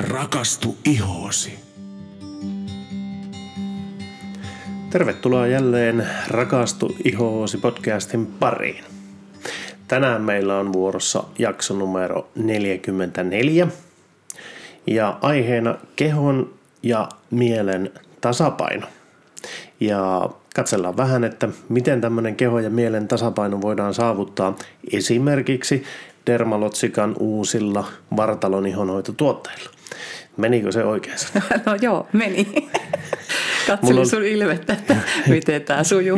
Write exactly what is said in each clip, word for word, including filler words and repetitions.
Rakastu ihoosi. Tervetuloa jälleen Rakastu ihoosi podcastin pariin. Tänään meillä on vuorossa jakso numero neljäkymmentäneljä ja aiheena kehon ja mielen tasapaino. Ja katsellaan vähän, että miten tämmöinen kehon ja mielen tasapaino voidaan saavuttaa esimerkiksi Dermalotsikan uusilla vartalon ihonhoitotuotteilla. Menikö se oikein? No joo, meni. Katselin on... sun ilmettä, että miten tää sujuu.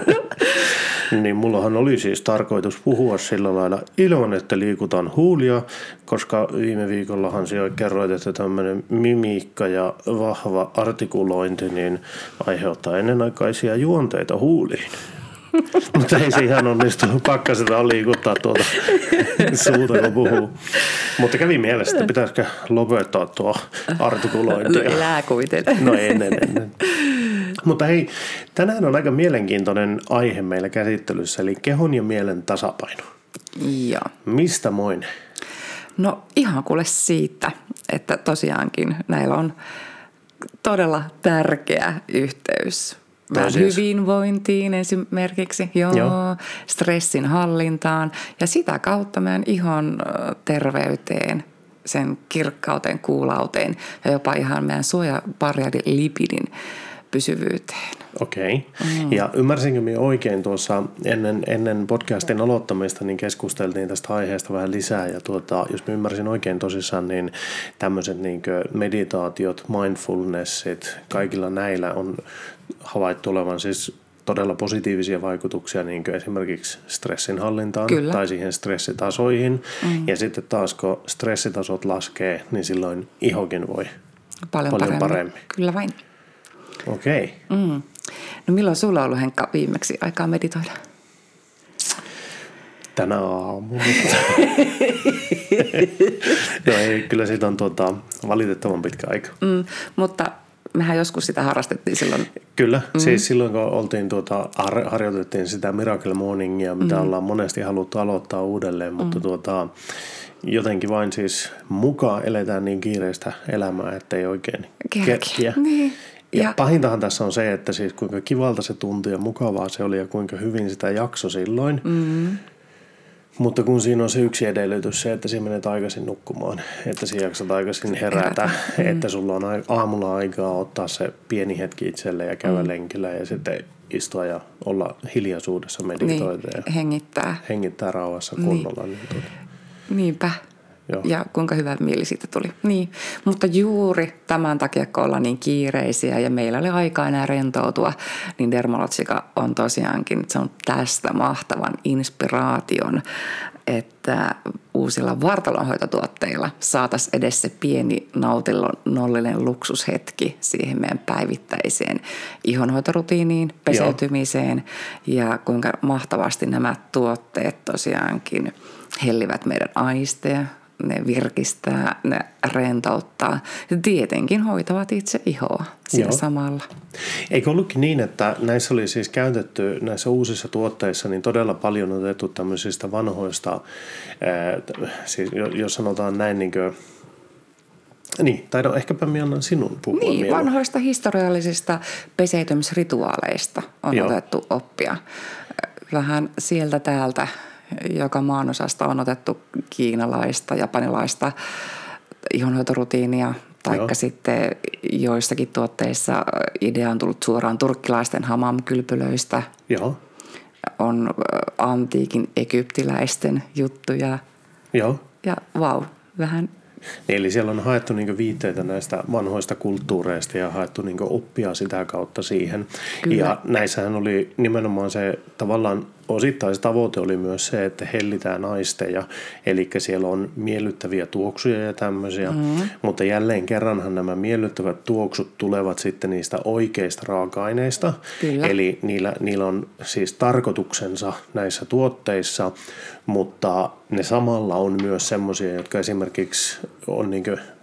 Niin mullahan oli siis tarkoitus puhua sillä lailla ilman, että liikutaan huulia, koska viime viikollahan siellä kerroit, että tämmöinen mimiikka ja vahva artikulointi niin aiheuttaa ennenaikaisia juonteita huuliin. Mutta ei se ihan onnistunut, pakkasetaan liikuttaa tuota suuta, kun puhuu. Mutta kävi mielessä, että pitäisikö lopettaa tuo artikulointi. No elää kuitenkin. No ennen, ennen. Mutta hei, tänään on aika mielenkiintoinen aihe meillä käsittelyssä, eli kehon ja mielen tasapaino. Joo. Mistä moin? No ihan kuule siitä, että tosiaankin näillä on todella tärkeä yhteys. Vähän hyvinvointiin esimerkiksi, joo, joo, stressin hallintaan ja sitä kautta meidän ihon terveyteen, sen kirkkauteen, kuulauteen ja jopa ihan meidän suojabarriärin lipidin pysyvyyteen. Okei. Mm. Ja ymmärsinkö minä oikein tuossa ennen, ennen podcastin aloittamista, niin keskusteltiin tästä aiheesta vähän lisää. Ja tuota, jos minä ymmärsin oikein tosissaan, niin tämmöiset niin meditaatiot, mindfulnessit, kaikilla näillä on havaittu olevan siis todella positiivisia vaikutuksia niin kuin esimerkiksi stressin hallintaan Kyllä. tai siihen stressitasoihin. Mm. Ja sitten taas kun stressitasot laskee, niin silloin ihokin voi paljon, paljon paremmin. paremmin. Kyllä vain. Okei. Mm. No milloin sulla on ollut, Henkka, viimeksi aikaa meditoida? Tänä aamulla. No ei, kyllä siitä on tuota, valitettavan pitkä aika. Mm, mutta mehän joskus sitä harrastettiin silloin. Kyllä, mm. siis silloin kun oltiin tuota, har- harjoitettiin sitä Miracle Morningia, mitä mm. ollaan monesti haluttu aloittaa uudelleen, mutta mm. tuota, jotenkin vain siis mukaan eletään niin kiireistä elämää, että ei oikein kerkiä. Niin. Ja, ja pahintahan tässä on se, että siis kuinka kivalta se tuntui ja mukavaa se oli ja kuinka hyvin sitä jakso silloin. Mm. Mutta kun siinä on se yksi edellytys se, että siinä menet aikaisin nukkumaan, että siinä jaksat aikaisin herätä, mm. että sulla on aamulla aikaa ottaa se pieni hetki itselle ja käydä mm. lenkillä ja sitten istua ja olla hiljaisuudessa meditoida niin, ja hengittää. hengittää rauhassa kunnolla. Niin. Niin Niinpä. Joo. Ja kuinka hyvä mieli siitä tuli. Niin, mutta juuri tämän takia, kun ollaan niin kiireisiä ja meillä oli aikaa enää rentoutua, niin Dermalotsika on tosiaankin saanut tästä mahtavan inspiraation, että uusilla vartalonhoitotuotteilla saataisiin edes se pieni nautinnollinen luksushetki siihen meidän päivittäiseen ihonhoitorutiiniin, peseytymiseen ja kuinka mahtavasti nämä tuotteet tosiaankin hellivät meidän aisteja. Ne virkistää, ne rentouttaa ja tietenkin hoitavat itse ihoa siinä samalla. Eikö ollutkin niin, että näissä oli siis käytetty näissä uusissa tuotteissa niin todella paljon otettu tämmöisistä vanhoista, ää, siis jos sanotaan näin niin kuin, niin, tai no ehkäpä minä annan sinun puhua. Niin, mieluun. vanhoista historiallisista peseytymisrituaaleista on Joo. otettu oppia. Vähän sieltä täältä. Joka maanosasta on otettu kiinalaista, japanilaista ihonhoitorutiinia, taikka sitten joissakin tuotteissa idea on tullut suoraan turkkilaisten hammam-kylpylöistä. Joo. On antiikin egyptiläisten juttuja. Joo. Ja vau, vähän. Eli siellä on haettu niinku viitteitä näistä vanhoista kulttuureista ja haettu niinku oppia sitä kautta siihen. Kyllä. Ja näissähän oli nimenomaan se tavallaan osittain se tavoite oli myös se, että hellitään aisteja, eli siellä on miellyttäviä tuoksuja ja tämmöisiä, mm-hmm. mutta jälleen kerranhan nämä miellyttävät tuoksut tulevat sitten niistä oikeista raaka-aineista, Kyllä. eli niillä, niillä on siis tarkoituksensa näissä tuotteissa, mutta ne samalla on myös semmoisia, jotka esimerkiksi on niin kuin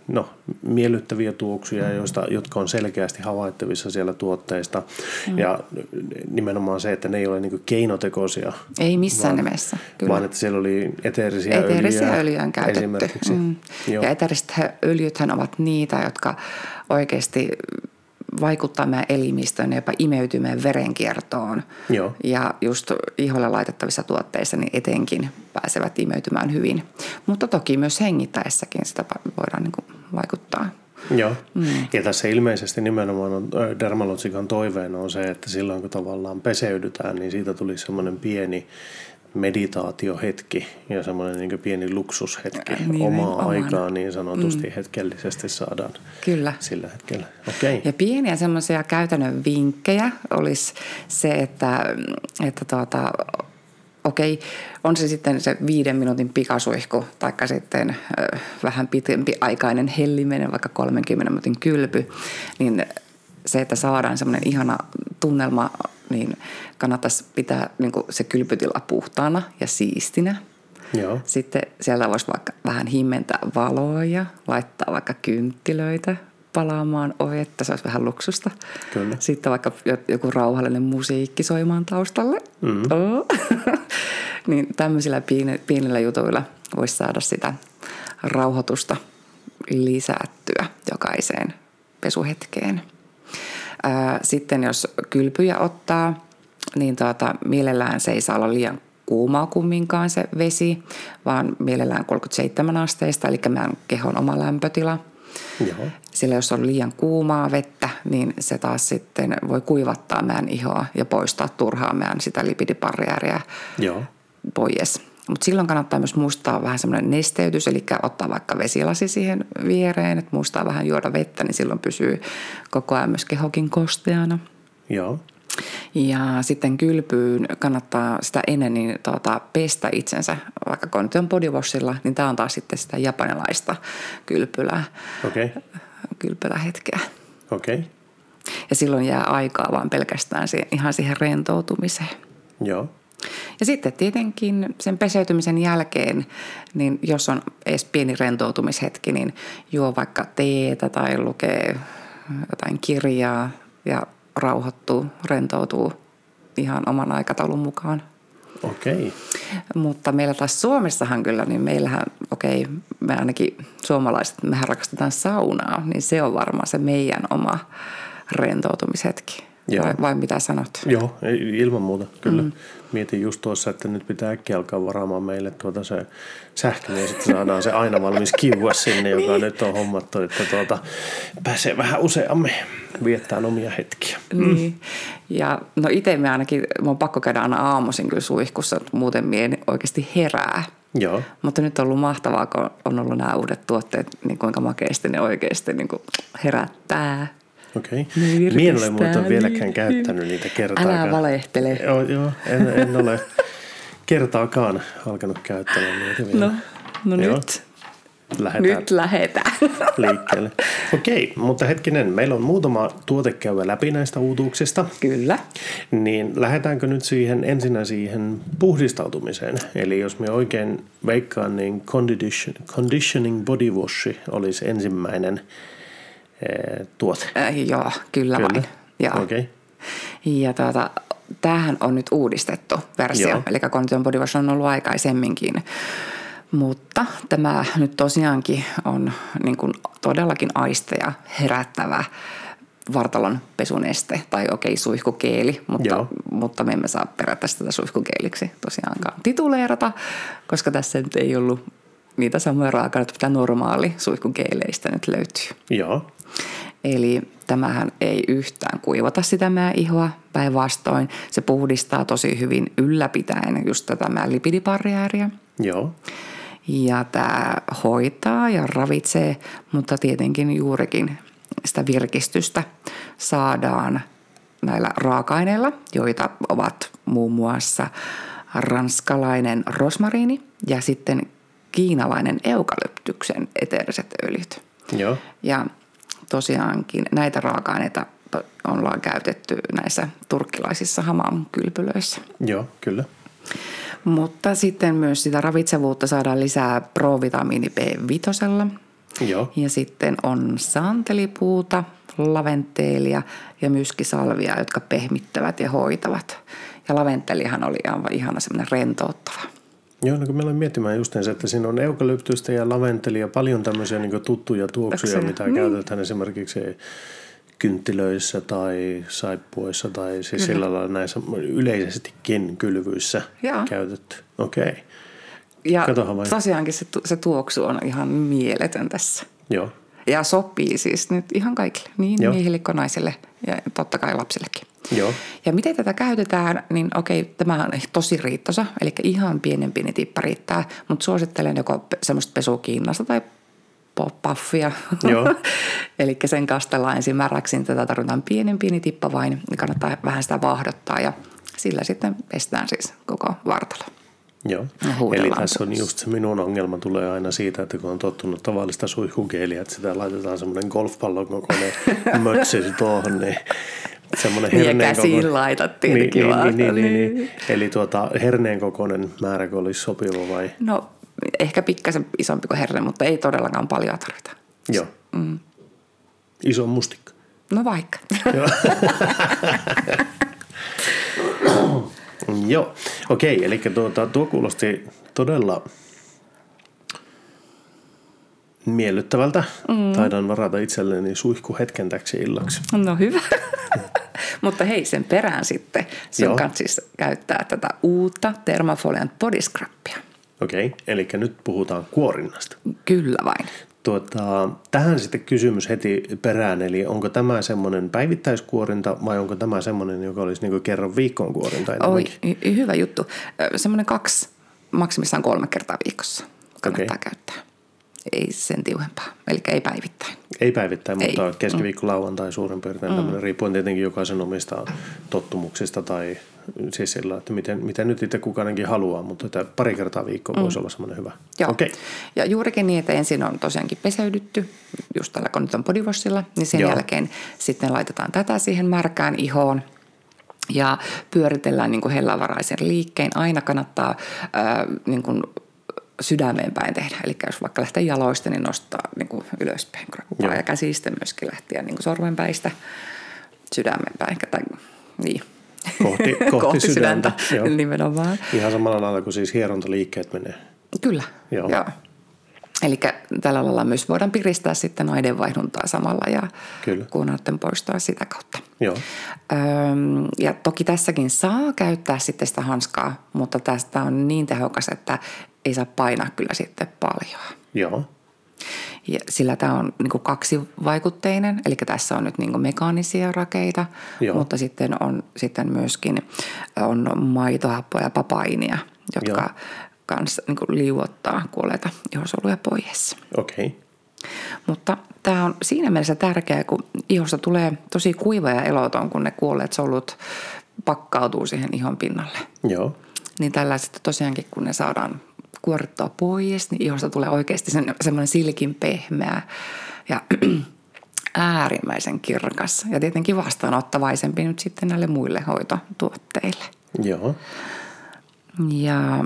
no, miellyttäviä tuoksuja, joista, jotka on selkeästi havaittavissa siellä tuotteista. Mm. Ja nimenomaan se, että ne ei ole niin kuin keinotekoisia. Ei missään vaan, nimessä. Kyllä. Vaan että siellä oli eteerisiä, eteerisiä öljyjä, öljyjä on käytetty. Esimerkiksi. Mm. Ja eteeriset öljythän ovat niitä, jotka oikeasti vaikuttaa meidän elimistöön ja jopa imeytyy meidän verenkiertoon. Joo. Ja just iholle laitettavissa tuotteissa niin etenkin pääsevät imeytymään hyvin. Mutta toki myös hengittäessäkin sitä voidaan niin kuin vaikuttaa. Joo. Mm. Ja tässä ilmeisesti nimenomaan on, Dermalogican toiveena on se, että silloin kun tavallaan peseydytään, niin siitä tuli semmoinen pieni meditaatiohetki ja semmoinen niin pieni luksushetki. Niin, omaa aikaa niin sanotusti mm. hetkellisesti saadaan Kyllä. sillä hetkellä. Okay. Ja pieniä semmoisia käytännön vinkkejä olisi se, että, että tuota, okei, on se sitten se viiden minuutin pikasuihku taikka sitten äh, vähän pitempi aikainen helliminen, vaikka kolmenkymmenen minuutin kylpy, niin se, että saadaan semmoinen ihana tunnelma, niin kannattaisi pitää niin kuin se kylpytila puhtaana ja siistinä. Joo. Sitten sieltä voisi vaikka vähän himmentää valoja, laittaa vaikka kynttilöitä palaamaan ohi, että se olisi vähän luksusta. Kyllä. Sitten vaikka joku rauhallinen musiikki soimaan taustalle. Mm. Oh. Niin tämmöisillä pienillä jutuilla voisi saada sitä rauhoitusta lisättyä jokaiseen pesuhetkeen. Sitten jos kylpyjä ottaa, niin tuota, mielellään se ei saa olla liian kuumaa kumminkaan se vesi, vaan mielellään kolmekymmentäseitsemän asteista, eli meidän kehon oma lämpötila. Joo. Sillä jos on liian kuumaa vettä, niin se taas sitten voi kuivattaa meidän ihoa ja poistaa turhaa meidän sitä lipidibarriäriä Joo. pois. Mutta silloin kannattaa myös muistaa vähän semmoinen nesteytys, eli ottaa vaikka vesilasi siihen viereen, että muistaa vähän juoda vettä, niin silloin pysyy koko ajan myös kehokin kosteana. Joo. Ja sitten kylpyyn kannattaa sitä ennen niin tuota, pestä itsensä, vaikka kun nyt on body washilla, niin tämä on taas sitten sitä japanilaista kylpylää, okay. kylpylähetkeä. Okei. Okay. Ja silloin jää aikaa vaan pelkästään siihen, ihan siihen rentoutumiseen. Joo. Ja sitten tietenkin sen peseytymisen jälkeen, niin jos on edes pieni rentoutumishetki, niin juo vaikka teetä tai lukee jotain kirjaa ja rauhoittuu, rentoutuu ihan oman aikataulun mukaan. Okei. Mutta meillä taas Suomessahan kyllä, niin meillähän, okei, me ainakin suomalaiset, mehän rakastetaan saunaa, niin se on varmaan se meidän oma rentoutumishetki. Vai, vai mitä sanot? Joo, ilman muuta, kyllä. Mm. Mietin just tuossa, että nyt pitää äkkiä alkaa varaamaan meille tuota se sähkö, niin sitten saadaan se aina valmis kiuas sinne, joka niin. Nyt on hommattu, että tuota, pääsee vähän useammin viettämään omia hetkiä. Niin. Mm. Ja no itse me ainakin, mä oon pakko käydä aina aamuisin kyllä suihkussa, että muuten mie oikeasti herää. Joo. Mutta nyt on ollut mahtavaa, kun on ollut nämä uudet tuotteet, niin kuinka makeasti ne oikeasti niin kuin herättää. Okei. Okay. Mie en ole muuten vieläkään käyttänyt niitä kertaakaan. Älä valehtele. Joo, joo en, en ole kertaakaan alkanut käyttämään niitä vielä. No, no nyt. Lähetään. Nyt lähetään. Liikkeelle. Okei, okay, mutta hetkinen, meillä on muutama tuote käydä läpi näistä uutuuksista. Kyllä. Niin lähdetäänkö nyt siihen ensinnä siihen puhdistautumiseen? Eli jos me oikein veikkaan, niin condition, conditioning body wash olisi ensimmäinen tuote. Äh, joo, kyllä, kyllä. vain. Joo. Okay. Ja tuota, tämähän on nyt uudistettu versio, joo. Eli Condition Body Wash on ollut aikaisemminkin. Mutta tämä nyt tosiaankin on niin kuin todellakin aisteja herättävä vartalon pesuneste tai okei okay, suihkukeeli, mutta, mutta me emme saa perätä sitä suihkukeeliksi tosiaankaan tituleerata, koska tässä nyt ei ollut niitä samoja raaka-aineita, mitä normaali suihkukeeleistä nyt löytyy. Joo. Eli tämähän ei yhtään kuivata sitä meidän ihoa, päinvastoin se puhdistaa tosi hyvin ylläpitäen just tätä meidän lipidibarriääriä. Joo. Ja tämä hoitaa ja ravitsee, mutta tietenkin juurikin sitä virkistystä saadaan näillä raaka-aineilla, joita ovat muun muassa ranskalainen rosmariini ja sitten kiinalainen eukalyptyksen eteeriset öljyt. Joo. Ja tosiaankin näitä raaka-aineita ollaan käytetty näissä turkkilaisissa hammam-kylpylöissä. Joo, kyllä. Mutta sitten myös sitä ravitsevuutta saadaan lisää provitamiini B viisi. Joo. Ja sitten on santelipuuta, laventeelia ja myskisalvia, jotka pehmittävät ja hoitavat. Ja laventelihan oli ihan ihana semmoinen rentouttava. Joo, no kun mä olen miettimään just se, että siinä on eukalyptystä ja laventelia, paljon tämmöisiä niin tuttuja tuoksuja, Täksä, mitä mm. käytetään esimerkiksi kynttilöissä tai saippuissa tai siis Kyllä. sillä lailla näissä yleisestikin kylvyissä Jaa. käytetty. Okei. Okay. Ja tosiaankin se, se tuoksu on ihan mieletön tässä. Joo. Ja sopii siis nyt ihan kaikille, niin Joo. miehille kuin naisille ja totta kai lapsillekin. Joo. Ja miten tätä käytetään, niin okei, tämä on tosi riittosa, eli ihan pienen pieni tippa riittää, mutta suosittelen joko semmoista pesukinnasta tai puffia. Joo. Eli sen kastellaan ensin märäksi, niin tätä tarvitaan pienen pieni tippa vain, niin kannattaa vähän sitä vaahdottaa ja sillä sitten pestään siis koko vartalo. Joo, eli tässä on just se minun ongelma tulee aina siitä, että kun on tottunut tavallista suihkugeeliä, että sitä laitetaan semmoinen golfpallon kokoinen mötsi tuohon, niin semmoinen herneen ja käsiin kokoinen. Laitat tietenkin niin, vaan. Niin, niin, niin, niin. Eli tuota, herneen kokoinen määrä olisi sopiva vai? No ehkä pikkasen isompi kuin herne, mutta ei todellakaan paljon tarvita. Joo. Mm. Iso mustikka. No vaikka. Joo. Joo, okei, eli tuota, tuo kuulosti todella miellyttävältä. Mm. Taidan varata itselleni suihkuhetken täksi illaksi. No hyvä. Mutta hei, sen perään sitten sun kanssa siis käyttää tätä uutta Thermafoliant Body Scrubbia. Okei, eli nyt puhutaan kuorinnasta. Kyllä vain. Tuota, tähän sitten kysymys heti perään, eli onko tämä semmoinen päivittäiskuorinta vai onko tämä semmoinen, joka olisi niin kuin kerran viikkoon kuorinta? Oi, hy- hyvä juttu. Semmoinen kaksi, maksimissaan kolme kertaa viikossa kannattaa okay. käyttää. Ei sen tiuhempaa, eli ei päivittäin. Ei päivittäin, ei. Mutta keskiviikko, lauantai suurin piirtein mm. tämmöinen, riippuen tietenkin jokaisen omista tottumuksista tai siis sillä, että miten, miten nyt itse kukainenkin haluaa, mutta että pari kertaa viikkoa mm. voisi olla semmoinen hyvä. Joo. Okay. Ja juurikin niin, että ensin on tosiaankin peseydytty, just tällä kun nyt on body washilla, niin sen Joo. jälkeen sitten laitetaan tätä siihen märkään ihoon. Ja pyöritellään niin kuin hellävaraisen liikkeen. Aina kannattaa ää, niin kuin sydämeen päin tehdä. Eli jos vaikka lähtee jaloista, niin nostaa niin kuin ylöspäin kroppaa ja käsistä myöskin lähteä niin kuin sormenpäistä sydämeen päin. Tai, niin. Kohti, kohti, kohti sydäntä. sydäntä nimenomaan. Ihan samalla lailla kuin siis hierontaliikkeet menee. Kyllä, joo. joo. Eli tällä lailla myös voidaan piristää sitten aidenvaihduntaa samalla ja kuunaiden poistaa sitä kautta. Joo. Öm, ja toki tässäkin saa käyttää sitten sitä hanskaa, mutta tästä on niin tehokas, että ei saa painaa kyllä sitten paljon. Joo. Ja sillä tämä on niin kuin kaksivaikutteinen, eli tässä on nyt niin kuin mekaanisia rakeita, Joo. mutta sitten on sitten myöskin on maitohappoja ja papainia, jotka Joo. kanssa niin kuin liuottaa kuolleita ihosoluja pois. Okei. Okay. Mutta tämä on siinä mielessä tärkeää, kun ihosta tulee tosi kuiva ja eloton, kun ne kuolleet solut pakkautuu siihen ihon pinnalle. Joo. Niin tällaiset tosiaankin, kun ne saadaan kuorittua pois, niin ihosta tulee oikeasti semmoinen silkin pehmeä ja äärimmäisen kirkas ja tietenkin vastaanottavaisempi nyt sitten näille muille hoitotuotteille. Joo. Ja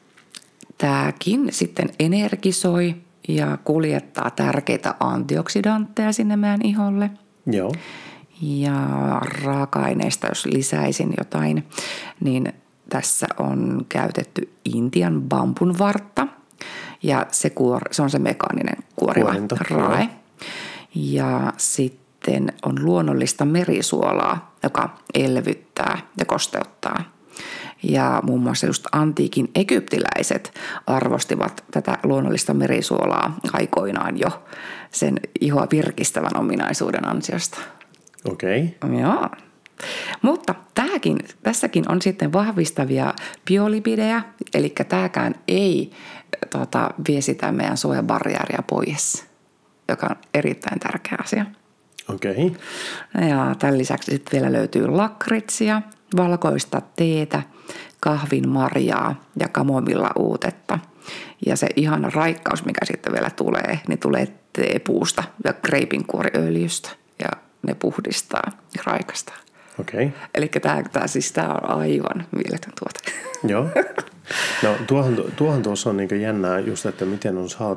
tämäkin sitten energisoi ja kuljettaa tärkeitä antioksidantteja sinne meidän iholle. Joo. Ja raaka-aineista, jos lisäisin jotain, niin tässä on käytetty Intian bambun vartta ja se, kuor- se on se mekaaninen kuoriva Kuorinta, rae. Joo. Ja sitten on luonnollista merisuolaa, joka elvyttää ja kosteuttaa. Ja muun muassa just antiikin egyptiläiset arvostivat tätä luonnollista merisuolaa aikoinaan jo sen ihoa virkistävän ominaisuuden ansiosta. Okei. Okay. Joo. Mutta tämäkin, tässäkin on sitten vahvistavia biolipidejä, eli tämäkään ei tota, vie sitä meidän suojabarriäriä pois, joka on erittäin tärkeä asia. Okei. Okay. Ja tämän lisäksi sitten vielä löytyy lakritsia, valkoista teetä, kahvin marjaa ja kamomilla uutetta. Ja se ihana raikkaus, mikä sitten vielä tulee, niin tulee teepuusta ja kreipinkuoriöljystä ja ne puhdistaa ja raikastaa. Okei. Eli tämä, tämä, siis tämä on aivan mieletön tuote. Joo. No tuohon, tuohon tuossa on niin jännää just, että miten on saatu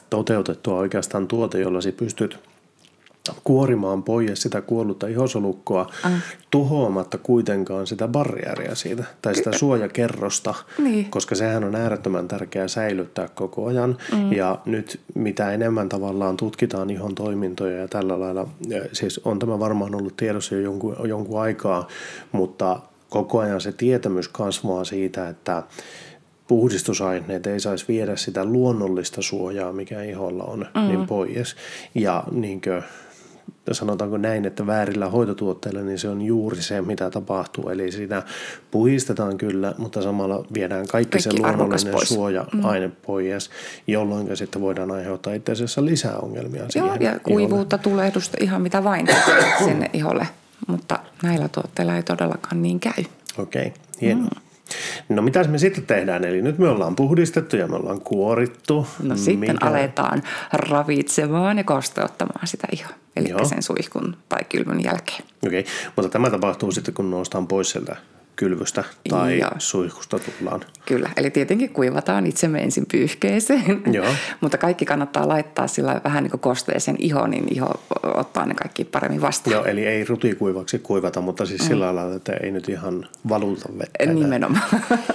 toteutettua oikeastaan tuote, jolla sä pystyt kuorimaan pois sitä kuollutta ihosolukkoa mm. tuhoamatta kuitenkaan sitä barriäriä siitä tai sitä suojakerrosta, niin. koska sehän on äärettömän tärkeää säilyttää koko ajan. Mm. Ja nyt mitä enemmän tavallaan tutkitaan ihon toimintoja ja tällä lailla, siis on tämä varmaan ollut tiedossa jo jonkun, jonkun aikaa, mutta koko ajan se tietämys kasvaa siitä, että puhdistusaineet ei saisi viedä sitä luonnollista suojaa, mikä iholla on, mm. niin pois. Ja niinkö sanotaanko näin, että väärillä hoitotuotteilla, niin se on juuri se, mitä tapahtuu. Eli siinä puhistetaan kyllä, mutta samalla viedään kaikki, kaikki se luonnollinen pois. Suoja-aine mm. pois, jolloin sitten voidaan aiheuttaa itse asiassa lisää ongelmia Joo, siihen ja kuivuutta, tulehdusta, ihan mitä vain sinne iholle. Mutta näillä tuotteilla ei todellakaan niin käy. Okei, okay, hienoa. Mm. No mitäs me sitten tehdään? Eli nyt me ollaan puhdistettu ja me ollaan kuorittu. No sitten Mikä? aletaan ravitsemaan ja kosteuttamaan sitä ihoa. Eli Joo. sen suihkun tai kylvyn jälkeen. Okei, okay. Mutta tämä tapahtuu sitten, kun noustaan pois sieltä kylvystä tai Joo. suihkusta tullaan. Kyllä, eli tietenkin kuivataan itsemme ensin pyyhkeeseen, Joo. mutta kaikki kannattaa laittaa sillä vähän niin kuin kosteeseen ihoon, niin iho ottaa ne kaikki paremmin vastaan. Joo, eli ei rutikuivaksi kuivata, mutta siis mm. sillä lailla, että ei nyt ihan valuta vettä. Nimenomaan.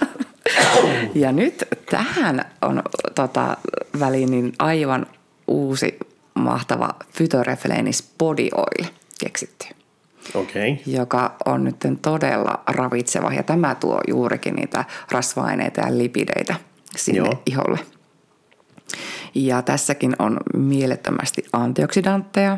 Ja nyt tähän on tota, väliin niin aivan uusi mahtava Phytoreflenis Body Oil keksitty. Okay. Joka on nyt todella ravitseva ja tämä tuo juurikin niitä rasva-aineita ja lipideitä sinne Joo. iholle. Ja tässäkin on mielettömästi antioksidantteja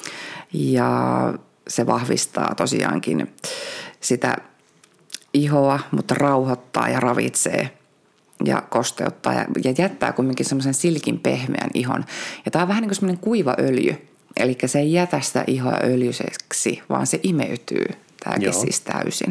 ja se vahvistaa tosiaankin sitä ihoa, mutta rauhoittaa ja ravitsee ja kosteuttaa ja, ja jättää kuitenkin semmoisen silkin pehmeän ihon. Ja tämä on vähän niin kuin semmoinen kuiva öljy. Eli se ei jätä sitä ihoa öljyiseksi, vaan se imeytyy tämäkin siis täysin.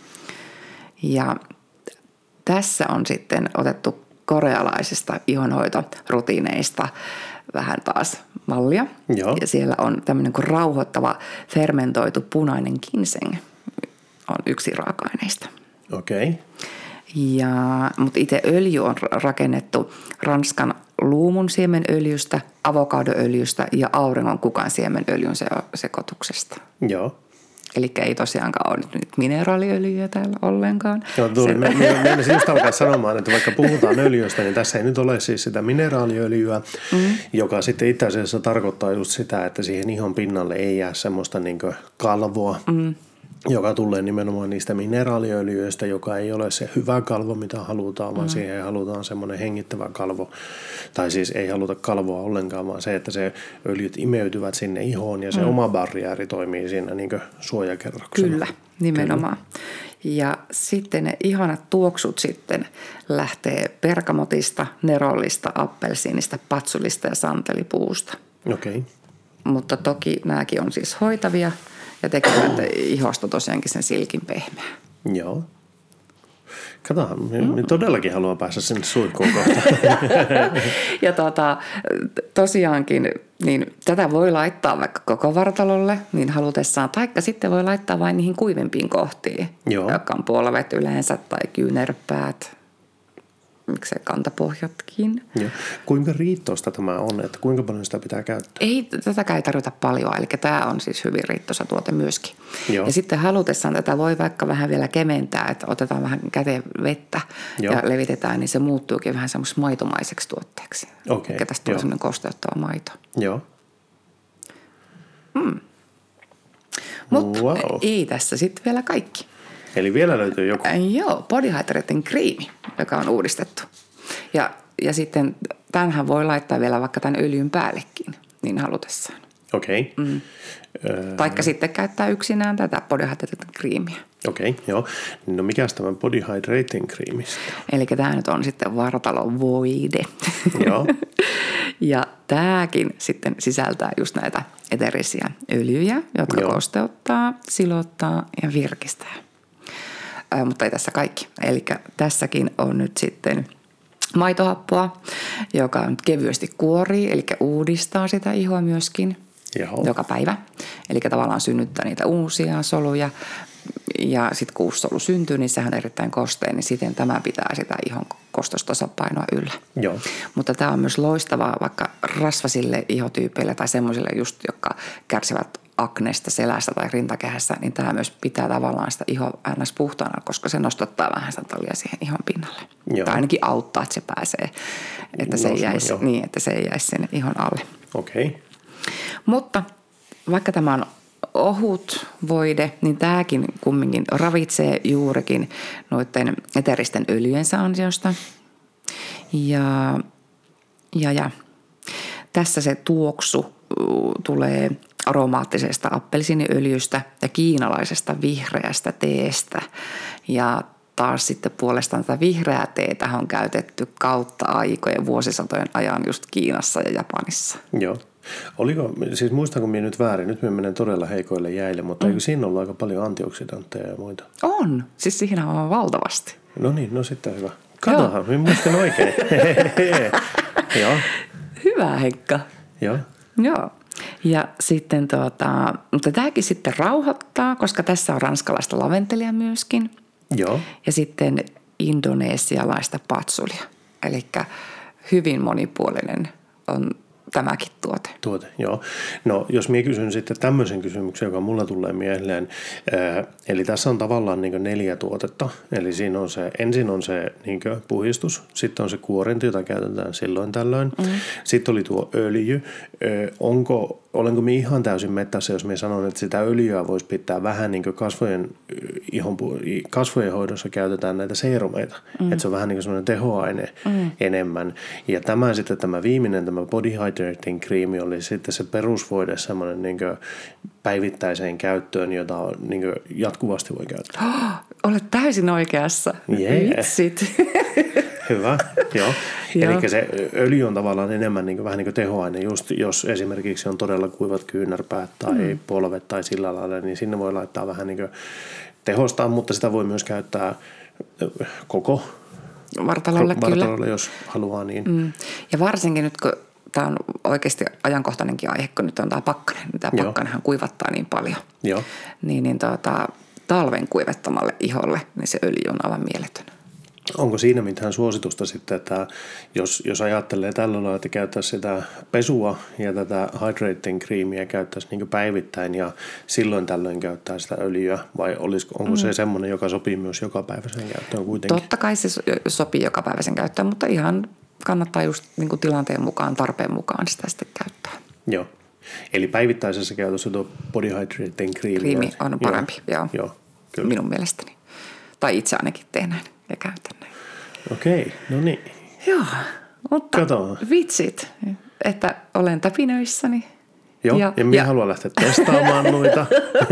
Ja tässä on sitten otettu korealaisista ihonhoitorutiineista vähän taas mallia. Joo. Ja siellä on tämmöinen kuin rauhoittava fermentoitu punainen ginseng on yksi raaka-aineista. Okei. Okay. Ja, mutta itse öljy on rakennettu Ranskan luumun siemenöljystä, avokadoöljystä ja auringon kukan siemenöljyn sekoituksesta. Joo. Eli ei tosiaankaan ole nyt mineraaliöljyjä täällä ollenkaan. Joo, tuli. Me, me, me me just alkaa sanomaan, että vaikka puhutaan öljystä, niin tässä ei nyt ole siis sitä mineraaliöljyä, mm. joka sitten itse asiassa tarkoittaa just sitä, että siihen ihon pinnalle ei jää semmoista niin kuin kalvoa, mm. joka tulee nimenomaan niistä mineraaliöljyistä, joka ei ole se hyvä kalvo, mitä halutaan, vaan mm. siihen halutaan semmoinen hengittävä kalvo. Tai siis ei haluta kalvoa ollenkaan, vaan se, että se öljyt imeytyvät sinne ihoon ja se mm. oma barriääri toimii siinä niin kuin suojakerroksena. Kyllä, nimenomaan. Kyllä. Ja sitten ne ihanat tuoksut sitten lähtee bergamotista, nerollista, appelsiinista, patsulista ja santelipuusta. Okei. Okay. Mutta toki nämäkin on siis hoitavia ja tekevät ihosta tosiaankin sen silkin pehmeä. Joo. Katohan, mm. todellakin haluan päästä sinne suihkuun kohtaan. Ja tota, tosiaankin, niin tätä voi laittaa vaikka koko vartalolle, niin halutessaan, taikka sitten voi laittaa vain niihin kuivempiin kohtiin, Joo. jotka on polvet yleensä tai kyynärpäät, miksei kantapohjatkin. Joo. Kuinka riittoista tämä on, että kuinka paljon sitä pitää käyttää? Ei, tätäkään ei tarvita paljon, eli tämä on siis hyvin riittoisa tuote myöskin. Joo. Ja sitten halutessaan tätä voi vaikka vähän vielä keventää, että otetaan vähän käteen vettä Joo. ja levitetään, niin se muuttuukin vähän semmoista maitomaiseksi tuotteeksi. Okay. Eli tästä tulee semmoinen kosteuttava maito. Joo. Mm. Mutta wow. ei tässä sitten vielä kaikki. Eli vielä löytyy joku. Joo, Body Hydrating kriimi, joka on uudistettu. Ja, ja sitten tämänhän voi laittaa vielä vaikka tämän öljyn päällekin, niin halutessaan. Okei. Okay. Mm. Öö... Taikka sitten käyttää yksinään tätä Body Hydrating kriimiä. Okei, okay, joo. No mikäs tämä Body Hydrating kriimistä? Eli tämä nyt on sitten vartalovoide. Joo. Ja tämäkin sitten sisältää just näitä eterisiä öljyjä, jotka joo. kosteuttaa, silottaa ja virkistää. Äh, mutta ei tässä kaikki. Eli tässäkin on nyt sitten maitohappoa, joka nyt kevyesti kuorii, eli uudistaa sitä ihoa myöskin Joo. joka päivä. Eli tavallaan synnyttää niitä uusia soluja ja sitten kun uussolu syntyy, niin sehän on erittäin kosteen, niin siten tämä pitää sitä ihon kostostasapainoa yllä. Joo. Mutta tämä on myös loistavaa vaikka rasvasille ihotyypeille tai semmoisille just, jotka kärsivät akneesta selästä tai rintakehässä, niin tämä myös pitää tavallaan sitä ihon ns. Puhtaana, koska se nostattaa vähän sitä talia siihen ihon pinnalle. Joo. Tai ainakin auttaa, että se pääsee, että se, ei jäisi, niin, että se ei jäisi sinne ihon alle. Okei. Okay. Mutta vaikka tämä on ohut voide, niin tämäkin kumminkin ravitsee juurikin noiden eteristen öljyensä ansiosta. Ja, ja, ja tässä se tuoksu tulee aromaattisesta appelsiiniöljystä ja kiinalaisesta vihreästä teestä. Ja taas sitten puolestaan tätä vihreää teetä on käytetty kautta aikojen vuosisatojen ajan just Kiinassa ja Japanissa. Joo. Oliko, siis muistanko minä nyt väärin, nyt minä menen todella heikoille jäille, mutta mm. eikö siinä ollut aika paljon antioksidantteja ja muita? On, siis siinä on valtavasti. No niin, no sitten hyvä. Katohan, minä muistan oikein. Joo. Hyvä, Heikka. Joo. Joo. Ja sitten tuota, mutta tämäkin sitten rauhoittaa, koska tässä on ranskalaista laventelia myöskin. Joo. Ja sitten indonesialaista patsulia. Eli hyvin monipuolinen on tämäkin tuote. Tuote, joo. No jos minä kysyn sitten tämmöisen kysymyksen, joka mulla tulee mieleen. Ää, eli tässä on tavallaan niin kuin neljä tuotetta. Eli siinä on se, ensin on se niin kuin puhdistus, sitten on se kuorinti, jota käytetään silloin tällöin. Mm. Sitten oli tuo öljy. Ää, onko, olenko minä ihan täysin mettässä, jos minä sanon, että sitä öljyä voisi pitää vähän niin kuin kasvojen, ihon, kasvojen hoidossa käytetään näitä seerumeita. Mm. Että se on vähän niin kuin semmoinen tehoaine mm. enemmän. Ja tämä sitten tämä viimeinen, tämä body hydrating kriimi oli sitten se perusvoide semmoinen niin kuin päivittäiseen käyttöön, jota niin kuin jatkuvasti voi käyttää. Oh, olet täysin oikeassa. Yeah. Vitsit. Hyvä, joo. Eli se öljy on tavallaan enemmän niin kuin, vähän niin kuin tehoaine, just jos esimerkiksi on todella kuivat kyynärpäät tai mm. polvet tai sillä lailla, niin sinne voi laittaa vähän niin kuin tehostaa, mutta sitä voi myös käyttää koko vartalolle, vartalolle kyllä. Jos haluaa niin. Mm. Ja varsinkin nyt, kun tämä on oikeasti ajankohtainenkin aihe, kun nyt on tämä pakkanen, niin tämä pakkanenhan kuivattaa niin paljon. Joo. Niin, niin tuota, talven kuivettamalle iholle, niin se öljy on aivan mieletön. Onko siinä mitään suositusta sitten, että jos, jos ajattelee tällä lailla, että käyttäisi sitä pesua ja tätä hydrating creamia käyttäisi niin kuin päivittäin ja silloin tällöin käyttää sitä öljyä, vai olisiko, onko mm. se semmoinen, joka sopii myös jokapäiväisen käyttöön kuitenkin? Totta kai se sopii jokapäiväisen käyttöön, mutta ihan kannattaa just niin kuin tilanteen mukaan, tarpeen mukaan sitä sitten käyttää. Joo. Eli päivittäisessä käytössä tuo body hydrating cream. Creami on parempi, joo. joo. joo kyllä. Minun mielestäni. Tai itse ainakin teen näin ja käytän näin. Okei, no niin. Joo, mutta Kato. vitsit, että olen täpinöissäni. Joo, ja, ja minä ja... haluan lähteä testaamaan noita.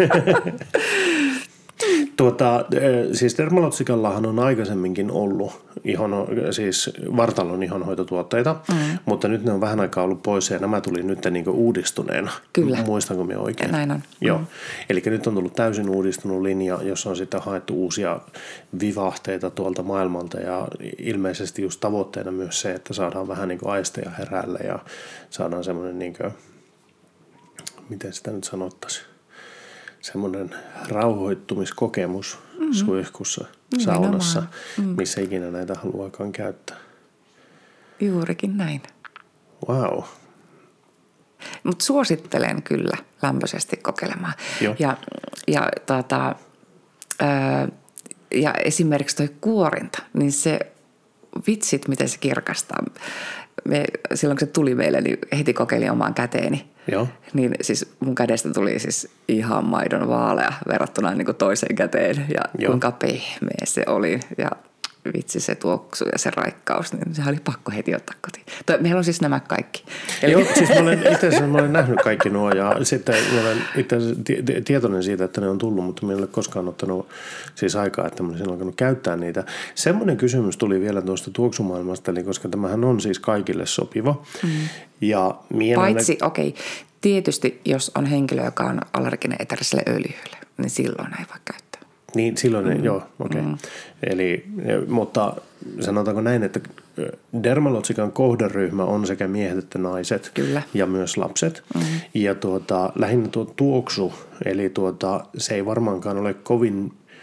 Tuota, siis Dermalotsikallahan on aikaisemminkin ollut ihon, siis vartalon ihonhoitotuotteita, mm. mutta nyt ne on vähän aikaa ollut pois ja nämä tuli nyt niin kuin uudistuneena. Kyllä. Muistanko minä oikein? Ja näin on. Joo. Mm. Eli nyt on tullut täysin uudistunut linja, jossa on sitten haettu uusia vivahteita tuolta maailmalta ja ilmeisesti just tavoitteena myös se, että saadaan vähän niin kuin aisteja herälle ja saadaan semmoinen, niin kuin, miten sitä nyt sanottaisiin, semmoinen rauhoittumiskokemus mm-hmm. suihkussa, saunassa, mm-hmm. missä ikinä näitä haluakaan käyttää. Juurikin näin. Wow. Mutta suosittelen kyllä lämpöisesti kokeilemaan. Joo. Ja, ja, tota, ää, ja esimerkiksi toi kuorinta, niin se vitsit, miten se kirkastaa. Me, silloin kun se tuli meille, niin heti kokeilin omaan käteeni. Joo. Niin siis mun kädestä tuli siis ihan maidon vaalea verrattuna niin kuin toiseen käteen ja Joo. kuinka pehmeä se oli ja vitsi se tuoksu ja se raikkaus, niin sehän oli pakko heti ottaa kotiin. Toi, meillä on siis nämä kaikki. Eli... Joo, siis mä olen itse asiassa mä olen nähnyt kaikki nuo ja sitten mä olen itse asiassa tietoinen siitä, että ne on tullut, mutta minä en ole koskaan ottanut siis aikaa, että mä olisin alkanut käyttää niitä. Semmoinen kysymys tuli vielä tuosta tuoksumaailmasta, eli koska tämähän on siis kaikille sopiva. Mm. Ja paitsi, ne... okei, okay, tietysti jos on henkilö, joka on allerginen eteriselle öljylle, niin silloin ei voi käyttää. Niin silloin, mm. joo, okei. Okay. Mm. Eli, mutta sanotaanko näin, että Dermalotsikan kohderyhmä on sekä miehet että naiset Kyllä. ja myös lapset. Mm. Ja tuota, lähinnä tuo tuoksu, eli tuota, se ei varmaankaan ole kovin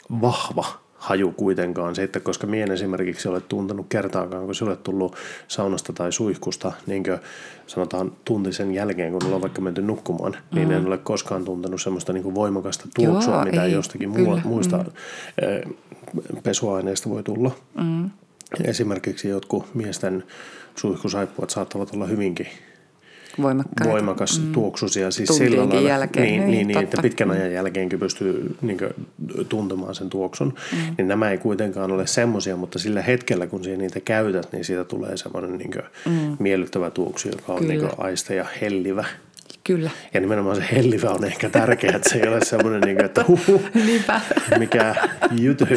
vahva haju kuitenkaan sitten, koska mie en esimerkiksi ole tuntenut kertaakaan, kun sulle tullut saunasta tai suihkusta, niin kuin sanotaan tunti sen jälkeen, kun ollaan vaikka menty nukkumaan, mm. niin en ole koskaan tuntenut semmoista niin kuin voimakasta tuoksua, Joo, mitä ei, jostakin kyllä. muista mm. pesuaineista voi tulla. Mm. Esimerkiksi jotkut miesten suihkusaippuat saattavat olla hyvinkin Voimakkaita. voimakas mm. tuoksusia. Siis Tuntienkin sillä lailla, jälkeen. Niin, niin, niin että pitkän mm. ajan jälkeenkin pystyy niin kuin, tuntemaan sen tuoksun. Mm. Niin nämä ei kuitenkaan ole semmoisia, mutta sillä hetkellä, kun sinä niitä käytät, niin siitä tulee semmoinen niin kuin, mm. miellyttävä tuoksu, joka on niin kuin, aiste ja hellivä. Kyllä. Ja nimenomaan se hellivä on ehkä tärkeä, että se ei ole semmoinen, niin kuin, että huhu, mikä jyty.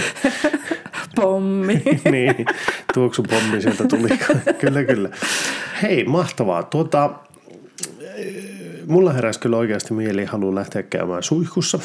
Pommi. Niin, tuoksupommi sieltä tuli. Kyllä, kyllä. Hei, mahtavaa. Tuota, mulla heräsi kyllä oikeasti mieli haluaa lähteä käymään suihkussa.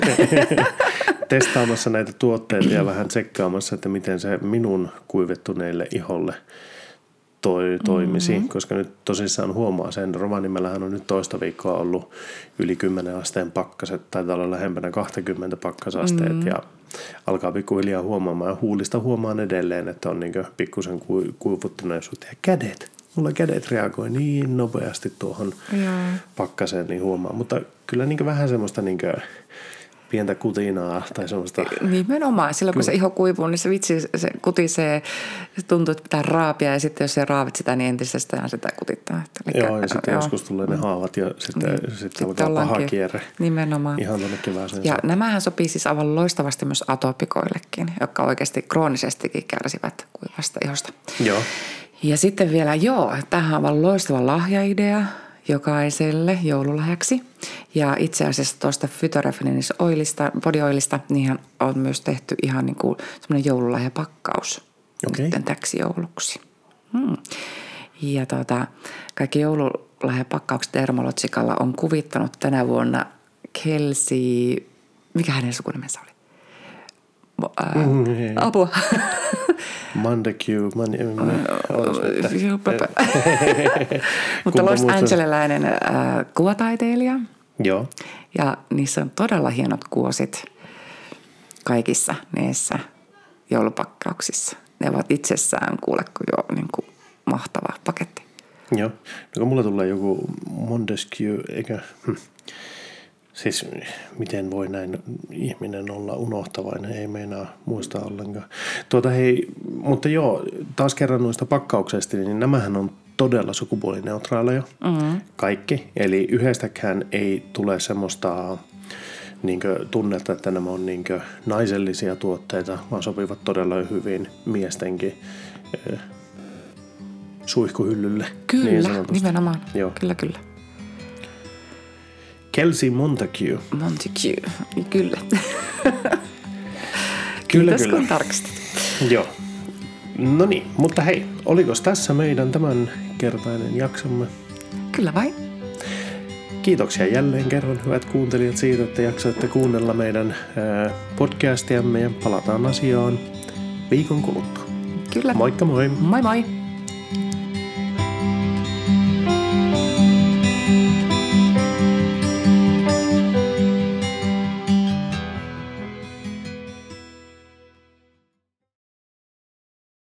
Testaamassa näitä tuotteita ja vähän tsekkaamassa, että miten se minun kuivettuneille iholle toi, toimisi. Mm-hmm. Koska nyt tosissaan huomaa sen. Rovaniemellähän on nyt toista viikkoa ollut yli kymmenen asteen pakkaset. Taitaa olla lähempänä kaksikymmentä pakkasasteet mm-hmm. ja alkaa pikkuhiljaa huomaamaan. Ja huulista huomaan edelleen, että on niinku pikkusen kuivuttuneisuutta. Ja kädet. Mulla kädet reagoi niin nopeasti tuohon Jaa. pakkaseen, niin huomaa. Mutta kyllä niinku vähän semmoista niinku pientä kutinaa tai semmoista. Nimenomaan. Silloin kun se iho kuivuu, niin se vitsi, se kutisee, se tuntuu, että pitää raapia ja sitten jos sä raavit sitä, niin entisestään sitä kutittaa. Eli joo, ja sitten joo. joskus tulee ne haavat ja sitten, niin. sitten, sitten alkaa paha kierre. Nimenomaan. Ihan tuonne kevääseen. Ja saa. Nämähän sopii siis aivan loistavasti myös atopikoillekin, jotka oikeasti kroonisestikin kärsivät kuivasta ihosta. Joo. Ja sitten vielä, joo, tämähän on aivan loistava lahjaidea jokaiselle joululahjaksi. Ja itse asiassa tuosta Phytorefinis oilista, body oilista, niinhän on myös tehty ihan niin kuin semmoinen joululahjapakkaus okay. nyt täksi jouluksi. Hmm. Ja tuota, kaikki joululahjapakkaukset Dermalogicalla on kuvittanut tänä vuonna Kelsey, mikä hänen sukunimensä oli? Ää, mm, apua. Montague. Mutta Los Angelesläinen äh, kuvataiteilija. Joo. Ja niissä on todella hienot kuosit kaikissa niissä joulupakkauksissa. Ne ovat itsessään kuule jo niin kuin mahtava paketti. Joo. No kun mulla tulee joku Montesquieu, eikä... Hm. Siis miten voi näin ihminen olla unohtavainen, ei meinaa muistaa ollenkaan. Tuota hei, mutta joo, taas kerran noista pakkauksesta, niin nämähän on todella sukupuolineutraaleja, mm-hmm. kaikki. Eli yhdestäkään ei tule semmoista niinkö, tunnetta, että nämä on niinkö, naisellisia tuotteita, vaan sopivat todella hyvin miestenkin äh, suihkuhyllylle. Kyllä, niin nimenomaan. Joo. Kyllä, kyllä. Kelsey Montague. Montague, kyllä. kyllä, Kiitos, kyllä. kun tarkistit. Joo. No niin, mutta hei, oliko tässä meidän tämän kertainen jaksomme? Kyllä vain. Kiitoksia jälleen kerran, hyvät kuuntelijat, siitä, että jaksoitte kuunnella meidän ää, podcastiamme ja palataan asiaan viikon kuluttua. Kyllä. Moikka moi. Moi moi.